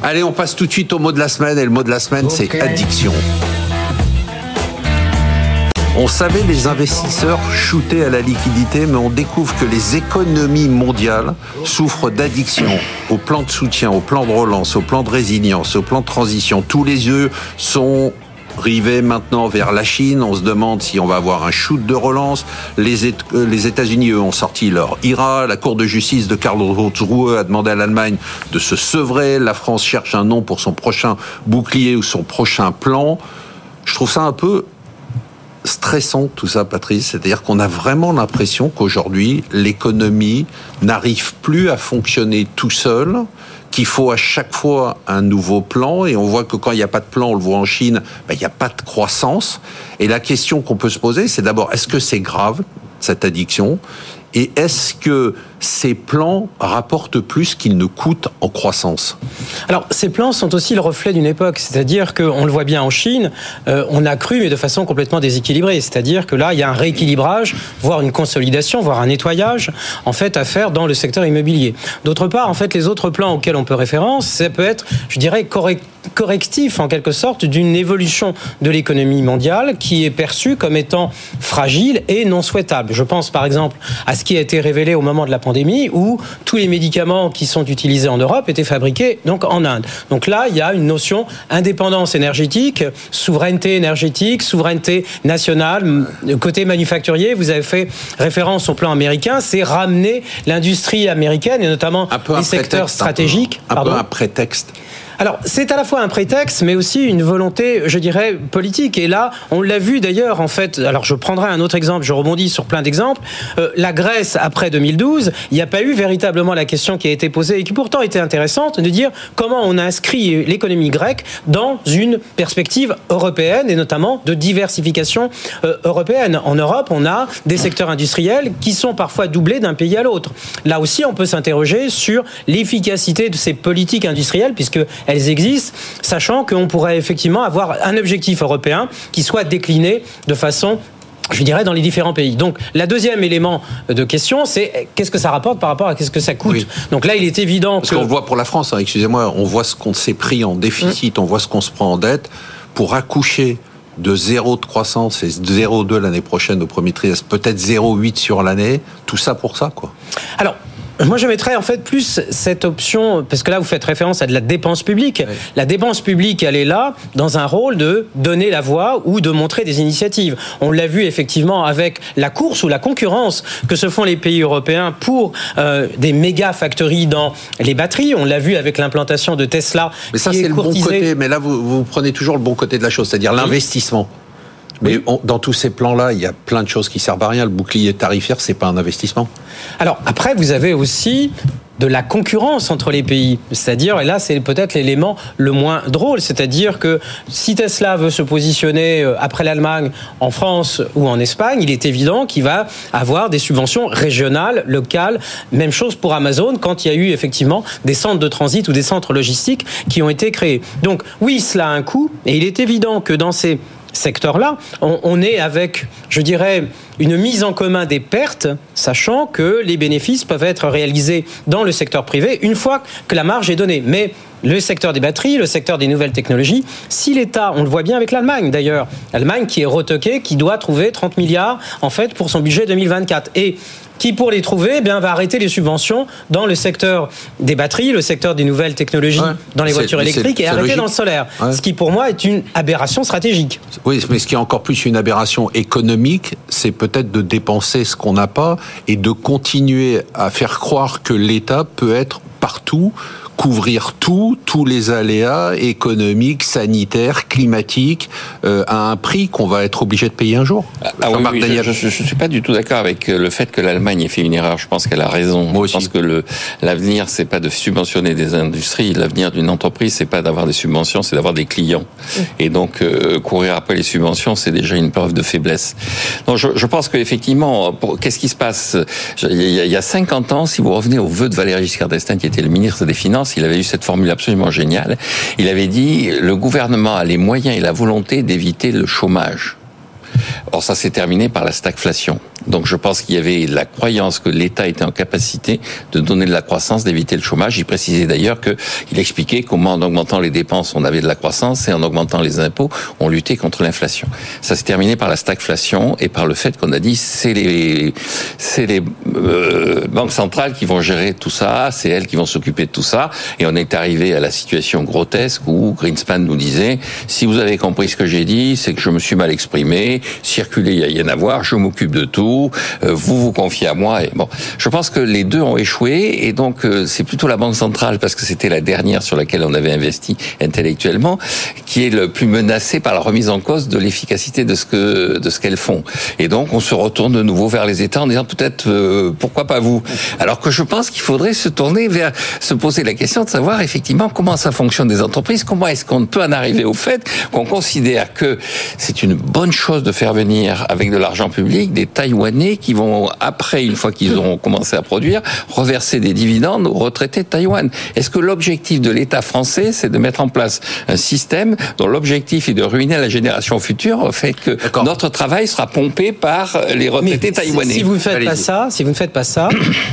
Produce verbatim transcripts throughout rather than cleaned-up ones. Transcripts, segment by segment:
Allez, on passe tout de suite au mot de la semaine, et le mot de la semaine, okay. c'est addiction. On savait les investisseurs shooter à la liquidité, mais on découvre que les économies mondiales souffrent d'addiction au plan de soutien, au plan de relance, au plan de résilience, au plan de transition. Tous les yeux sont rivés maintenant vers la Chine. On se demande si on va avoir un shoot de relance. Les, é- les États-Unis, eux, ont sorti leur I R A. La Cour de justice de Karlsruhe a demandé à l'Allemagne de se sevrer. La France cherche un nom pour son prochain bouclier ou son prochain plan. Je trouve ça un peu stressant tout ça, Patrice, c'est-à-dire qu'on a vraiment l'impression qu'aujourd'hui l'économie n'arrive plus à fonctionner tout seul, qu'il faut à chaque fois un nouveau plan, et on voit que quand il n'y a pas de plan, on le voit en Chine, ben, il n'y a pas de croissance. Et la question qu'on peut se poser, c'est d'abord, est-ce que c'est grave, cette addiction ? Et est-ce que ces plans rapportent plus qu'ils ne coûtent en croissance ? Alors, ces plans sont aussi le reflet d'une époque. C'est-à-dire qu'on le voit bien en Chine, euh, on a cru, mais de façon complètement déséquilibrée. C'est-à-dire que là, il y a un rééquilibrage, voire une consolidation, voire un nettoyage, en fait, à faire dans le secteur immobilier. D'autre part, en fait, les autres plans auxquels on peut référence, ça peut être, je dirais, correct, correctif, en quelque sorte, d'une évolution de l'économie mondiale qui est perçue comme étant fragile et non souhaitable. Je pense, par exemple, à ce qui a été révélé au moment de la pandémie, où tous les médicaments qui sont utilisés en Europe étaient fabriqués donc en Inde. Donc là, il y a une notion indépendance énergétique, souveraineté énergétique, souveraineté nationale. Côté manufacturier, vous avez fait référence au plan américain, c'est ramener l'industrie américaine et notamment les secteurs stratégiques. Un peu, un peu un prétexte. Alors, c'est à la fois un prétexte, mais aussi une volonté, je dirais, politique. Et là, on l'a vu d'ailleurs, en fait, alors je prendrai un autre exemple, je rebondis sur plein d'exemples. Euh, la Grèce, après deux mille douze, il n'y a pas eu véritablement la question qui a été posée et qui pourtant était intéressante, de dire comment on a inscrit l'économie grecque dans une perspective européenne et notamment de diversification euh, européenne. En Europe, on a des secteurs industriels qui sont parfois doublés d'un pays à l'autre. Là aussi, on peut s'interroger sur l'efficacité de ces politiques industrielles, puisque elles existent, sachant qu'on pourrait effectivement avoir un objectif européen qui soit décliné de façon, je dirais, dans les différents pays. Donc, le deuxième élément de question, c'est qu'est-ce que ça rapporte par rapport à qu'est-ce que ça coûte. Oui. Donc là, il est évident Parce que... qu'on le voit pour la France, hein, excusez-moi, on voit ce qu'on s'est pris en déficit, mmh. on voit ce qu'on se prend en dette pour accoucher de zéro de croissance et zéro virgule deux l'année prochaine au premier trimestre, peut-être zéro virgule huit sur l'année, tout ça pour ça, quoi. Alors, moi, je mettrais en fait plus cette option, parce que là, vous faites référence à de la dépense publique. Oui. La dépense publique, elle est là dans un rôle de donner la voie ou de montrer des initiatives. On l'a vu effectivement avec la course ou la concurrence que se font les pays européens pour euh, des méga factories dans les batteries. On l'a vu avec l'implantation de Tesla. Mais ça, c'est le bon côté. Mais là, vous, vous prenez toujours le bon côté de la chose, c'est-à-dire oui. l'investissement. Mais on, dans tous ces plans-là, il y a plein de choses qui servent à rien. Le bouclier tarifaire, c'est pas un investissement. Alors après, vous avez aussi de la concurrence entre les pays. C'est-à-dire, et là, c'est peut-être l'élément le moins drôle. C'est-à-dire que si Tesla veut se positionner après l'Allemagne, en France ou en Espagne, il est évident qu'il va avoir des subventions régionales, locales. Même chose pour Amazon, quand il y a eu effectivement des centres de transit ou des centres logistiques qui ont été créés. Donc oui, cela a un coût, et il est évident que dans ces secteur-là, on, on est avec, je dirais, une mise en commun des pertes, sachant que les bénéfices peuvent être réalisés dans le secteur privé une fois que la marge est donnée. Mais le secteur des batteries, le secteur des nouvelles technologies, si l'État, on le voit bien avec l'Allemagne d'ailleurs, l'Allemagne qui est retoquée, qui doit trouver trente milliards en fait pour son budget deux mille vingt-quatre, et qui, pour les trouver, eh bien, va arrêter les subventions dans le secteur des batteries, le secteur des nouvelles technologies, ouais, dans les voitures électriques, et arrêter logique. Dans le solaire. Ouais. Ce qui, pour moi, est une aberration stratégique. Oui, mais ce qui est encore plus une aberration économique, c'est peut-être de dépenser ce qu'on n'a pas et de continuer à faire croire que l'État peut être partout, couvrir tout, tous les aléas économiques, sanitaires, climatiques, euh, à un prix qu'on va être obligé de payer un jour. Ah oui, oui, je ne suis pas du tout d'accord avec le fait que l'Allemagne ait fait une erreur. Je pense qu'elle a raison. Moi aussi. Je pense que le, l'avenir, c'est pas de subventionner des industries. L'avenir d'une entreprise, c'est pas d'avoir des subventions, c'est d'avoir des clients. Et donc, euh, courir après les subventions, c'est déjà une preuve de faiblesse. Donc, je, je pense qu'effectivement, pour, qu'est-ce qui se passe? Il y, a, il y a cinquante ans, si vous revenez au vœu de Valéry Giscard d'Estaing, qui était le ministre des Finances, il avait eu cette formule absolument géniale. Il avait dit, le gouvernement a les moyens et la volonté d'éviter le chômage. Or, ça s'est terminé par la stagflation. Donc, je pense qu'il y avait la croyance que l'État était en capacité de donner de la croissance, d'éviter le chômage. Il précisait d'ailleurs qu'il expliquait comment, en augmentant les dépenses, on avait de la croissance et en augmentant les impôts, on luttait contre l'inflation. Ça s'est terminé par la stagflation et par le fait qu'on a dit c'est les c'est les euh, banques centrales qui vont gérer tout ça, c'est elles qui vont s'occuper de tout ça. Et on est arrivé à la situation grotesque où Greenspan nous disait si vous avez compris ce que j'ai dit, c'est que je me suis mal exprimé, circuler, il n'y a rien à voir, je m'occupe de tout, euh, vous vous confiez à moi. Et bon, je pense que les deux ont échoué et donc euh, c'est plutôt la Banque centrale, parce que c'était la dernière sur laquelle on avait investi intellectuellement, qui est le plus menacée par la remise en cause de l'efficacité de ce que de ce qu'elles font. Et donc on se retourne de nouveau vers les États en disant peut-être euh, pourquoi pas vous. Alors que je pense qu'il faudrait se tourner vers se poser la question de savoir effectivement comment ça fonctionne des entreprises, comment est-ce qu'on peut en arriver au fait qu'on considère que c'est une bonne chose de faire venir avec de l'argent public des Taïwanais qui vont après, une fois qu'ils auront commencé à produire, reverser des dividendes aux retraités de Taïwan. Est-ce que l'objectif de l'État français, c'est de mettre en place un système dont l'objectif est de ruiner la génération future, au fait que D'accord. notre travail sera pompé par les retraités Mais taïwanais. Si vous ne faites Allez-y. pas ça, si vous ne faites pas ça,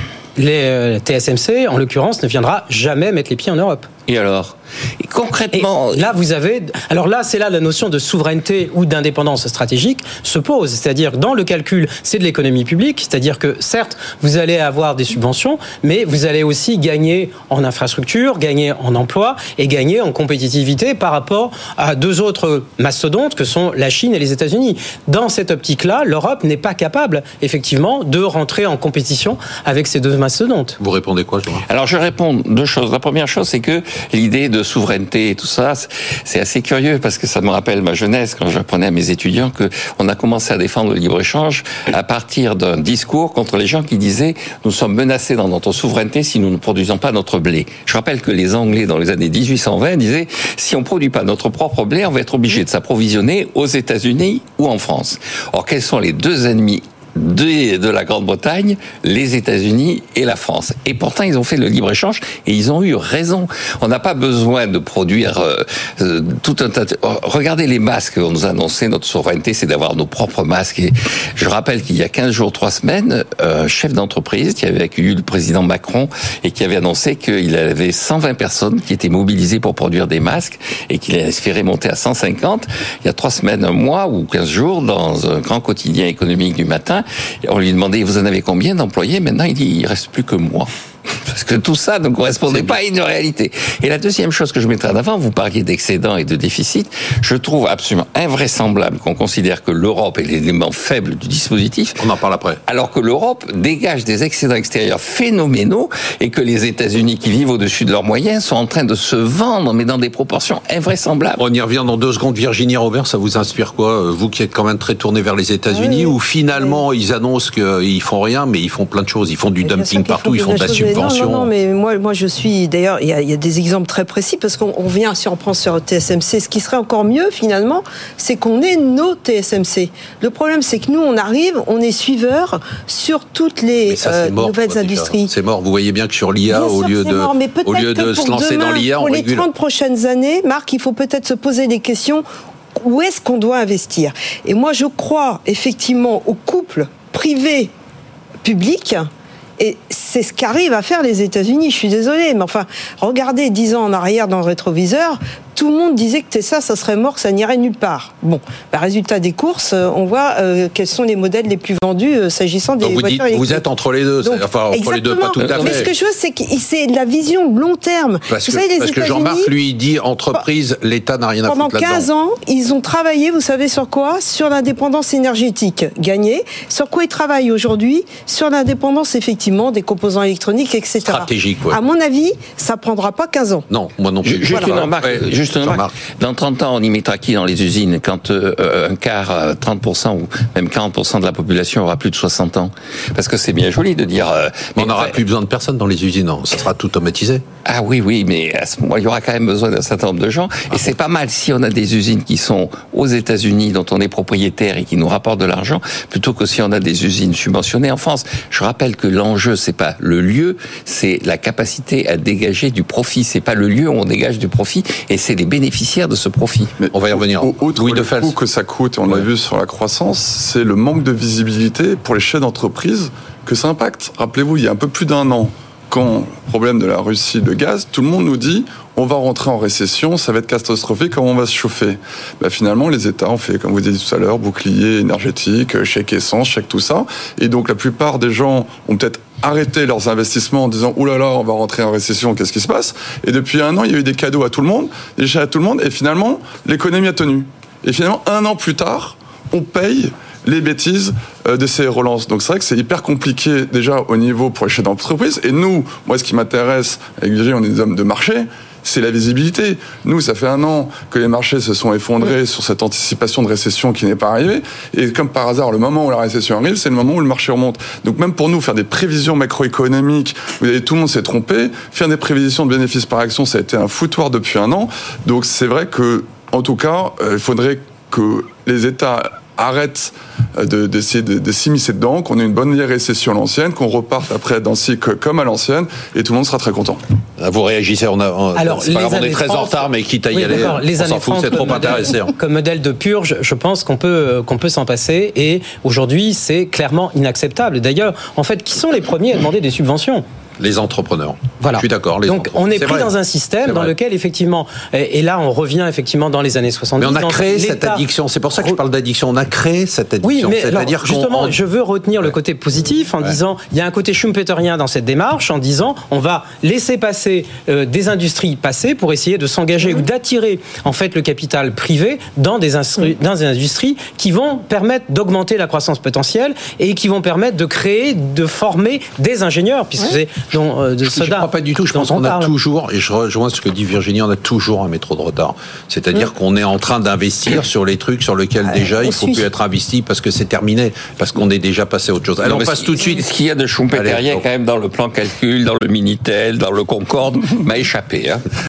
les euh, T S M C, en l'occurrence, ne viendra jamais mettre les pieds en Europe. Et alors ? Et concrètement, et là vous avez, alors là c'est là la notion de souveraineté ou d'indépendance stratégique se pose, c'est-à-dire dans le calcul c'est de l'économie publique, c'est-à-dire que certes vous allez avoir des subventions, mais vous allez aussi gagner en infrastructure, gagner en emploi et gagner en compétitivité par rapport à deux autres mastodontes que sont la Chine et les États-Unis. Dans cette optique-là, l'Europe n'est pas capable effectivement de rentrer en compétition avec ces deux mastodontes. Vous répondez quoi, Jean ? Alors je réponds deux choses. La première chose, c'est que l'idée de souveraineté et tout ça, c'est assez curieux parce que ça me rappelle ma jeunesse quand j'apprenais à mes étudiants que on a commencé à défendre le libre-échange à partir d'un discours contre les gens qui disaient nous sommes menacés dans notre souveraineté si nous ne produisons pas notre blé. Je rappelle que les Anglais dans les années dix-huit cent vingt disaient si on ne produit pas notre propre blé, on va être obligé de s'approvisionner aux États-Unis ou en France. Or, quels sont les deux ennemis de, de la Grande-Bretagne, les États-Unis et la France. Et pourtant, ils ont fait le libre-échange et ils ont eu raison. On n'a pas besoin de produire euh, euh, tout un tas de... Regardez les masques qu'on nous a annoncé. Notre souveraineté, c'est d'avoir nos propres masques. Et je rappelle qu'il y a quinze jours, trois semaines, un chef d'entreprise qui avait accueilli le président Macron et qui avait annoncé qu'il avait cent vingt personnes qui étaient mobilisées pour produire des masques et qu'il espérait monter à cent cinquante. Il y a trois semaines, un mois ou quinze jours, dans un grand quotidien économique du matin, on lui demandait, vous en avez combien d'employés ? Maintenant, il dit, il reste plus que moi. Parce que tout ça ne correspondait pas à une réalité. Et la deuxième chose que je mettrais en avant, vous parliez d'excédent et de déficit, je trouve absolument invraisemblable qu'on considère que l'Europe est l'élément faible du dispositif. On en parle après. Alors que l'Europe dégage des excédents extérieurs phénoménaux et que les États-Unis qui vivent au-dessus de leurs moyens sont en train de se vendre, mais dans des proportions invraisemblables. On y revient dans deux secondes. Virginie Robert, ça vous inspire quoi ? Vous qui êtes quand même très tourné vers les États-Unis, oui, où finalement oui. ils annoncent qu'ils font rien, mais ils font plein de choses. Ils font du mais dumping partout, ils font de la subvention. Non, non, mais moi, moi je suis... D'ailleurs, il y, a, il y a des exemples très précis, parce qu'on on vient, si on prend sur T S M C, ce qui serait encore mieux, finalement, c'est qu'on ait nos T S M C. Le problème, c'est que nous, on arrive, on est suiveurs sur toutes les ça, euh, mort, nouvelles quoi, industries. Déjà. C'est mort. Vous voyez bien que sur l'I A, bien au sûr, lieu de, mort, au lieu de se lancer demain, dans l'I A, on pour régule. les trente prochaines années, Marc, il faut peut-être se poser des questions. Où est-ce qu'on doit investir ? Et moi, je crois, effectivement, au couple privé-public. Et c'est ce qu'arrivent à faire les États-Unis. Je suis désolée, mais enfin, regardez dix ans en arrière dans le rétroviseur, tout le monde disait que Tesla, ça serait mort, que ça n'irait nulle part. Bon, bah, résultat des courses, on voit euh, quels sont les modèles les plus vendus euh, s'agissant des Donc vous voitures dites, électriques. Vous êtes entre les deux, Donc, enfin entre exactement. les deux, pas tout à fait. Mais ce que je veux, c'est que c'est de la vision long terme. Parce vous que, savez, les parce que Jean-Marc, lui, dit entreprise, l'État n'a rien à foutre là-dedans. Pendant quinze ans, ils ont travaillé, vous savez sur quoi ? Sur l'indépendance énergétique gagnée. Sur quoi ils travaillent aujourd'hui ? Sur l'indépendance, effectivement, des composants électroniques, et cetera. Stratégique, ouais. À mon avis, ça ne prendra pas quinze ans. Non, moi non plus. Juste voilà. une remarque. Ouais, juste une remarque. Dans trente ans, on y mettra qui dans les usines quand euh, un quart, trente pour cent ou même quarante pour cent de la population aura plus de soixante ans ? Parce que c'est bien joli de dire... Euh, mais on n'aura fait... plus besoin de personne dans les usines, non. Ça sera tout automatisé. Ah oui, oui, mais à ce moment, il y aura quand même besoin d'un certain nombre de gens. Ah, et c'est pas mal si on a des usines qui sont aux États-Unis, dont on est propriétaire et qui nous rapportent de l'argent, plutôt que si on a des usines subventionnées en France. Je rappelle que l'enjeu, c'est pas le lieu, c'est la capacité à dégager du profit. C'est pas le lieu où on dégage du profit, et c'est les bénéficiaires de ce profit. Mais on va y revenir. Outre Louis le Defels. coût que ça coûte, et on l'a ouais. vu sur la croissance, c'est le manque de visibilité pour les chefs d'entreprise que ça impacte. Rappelez-vous, il y a un peu plus d'un an, quand problème de la Russie de gaz, tout le monde nous dit on va rentrer en récession, ça va être catastrophique, comment on va se chauffer. Ben finalement, les États ont fait, comme vous disiez tout à l'heure, bouclier énergétique, chèque essence, chèque tout ça. Et donc la plupart des gens ont peut-être arrêté leurs investissements en disant « Ouh là là, on va rentrer en récession, qu'est-ce qui se passe ?» Et depuis un an, il y a eu des cadeaux à tout le monde, des chèques à tout le monde, et finalement, l'économie a tenu. Et finalement, un an plus tard, on paye les bêtises de ces relances. Donc c'est vrai que c'est hyper compliqué déjà au niveau pour les chefs d'entreprise. Et nous, moi ce qui m'intéresse, avec Virginie, on est des hommes de marché, c'est la visibilité. Nous, ça fait un an que les marchés se sont effondrés oui. sur cette anticipation de récession qui n'est pas arrivée. Et comme par hasard, le moment où la récession arrive, c'est le moment où le marché remonte. Donc même pour nous, faire des prévisions macroéconomiques, vous avez, tout le monde s'est trompé. Faire des prévisions de bénéfices par action, ça a été un foutoir depuis un an. Donc c'est vrai que, en tout cas, euh, il faudrait que les États arrête de, d'essayer de, de s'immiscer dedans, qu'on ait une bonne récession à l'ancienne, qu'on reparte après d'un cycle comme à l'ancienne, et tout le monde sera très content. Vous réagissez, on, a, on, Alors, c'est pas grave, on est très trente, en retard, mais quitte à y oui, aller, les on s'en fout, c'est trop modèle, intéressant. Comme modèle de purge, je pense qu'on peut, qu'on peut s'en passer, et aujourd'hui, c'est clairement inacceptable. D'ailleurs, en fait, qui sont les premiers à demander des subventions ? Les entrepreneurs. Voilà. Je suis d'accord. Les Donc on est, c'est pris vrai. dans un système dans lequel effectivement, et, et là on revient effectivement dans les années soixante-dix. Mais on a créé cette l'État... addiction. C'est pour ça que je parle d'addiction. On a créé cette addiction. Oui, mais c'est-à-dire alors, justement, qu'on... je veux retenir ouais. le côté positif en ouais. disant, il y a un côté schumpeterien dans cette démarche, en disant, on va laisser passer euh, des industries passées pour essayer de s'engager mmh. ou d'attirer en fait le capital privé dans des, instru- mmh. dans des industries qui vont permettre d'augmenter la croissance potentielle et qui vont permettre de créer, de former des ingénieurs, puisque ouais. c'est dont euh, de Je ne crois pas du tout. Je pense qu'on a toujours, et je rejoins ce que dit Virginie, on a toujours un métro de retard. C'est-à-dire mmh. qu'on est en train d'investir sur les trucs sur lesquels ah, déjà il ne faut suit. plus être investi parce que c'est terminé, parce qu'on est déjà passé à autre chose. Alors non, on passe tout de suite. Ce qu'il y a de schumpeterien quand même dans le plan calcul, dans le Minitel, dans le Concorde, m'a échappé. Hein.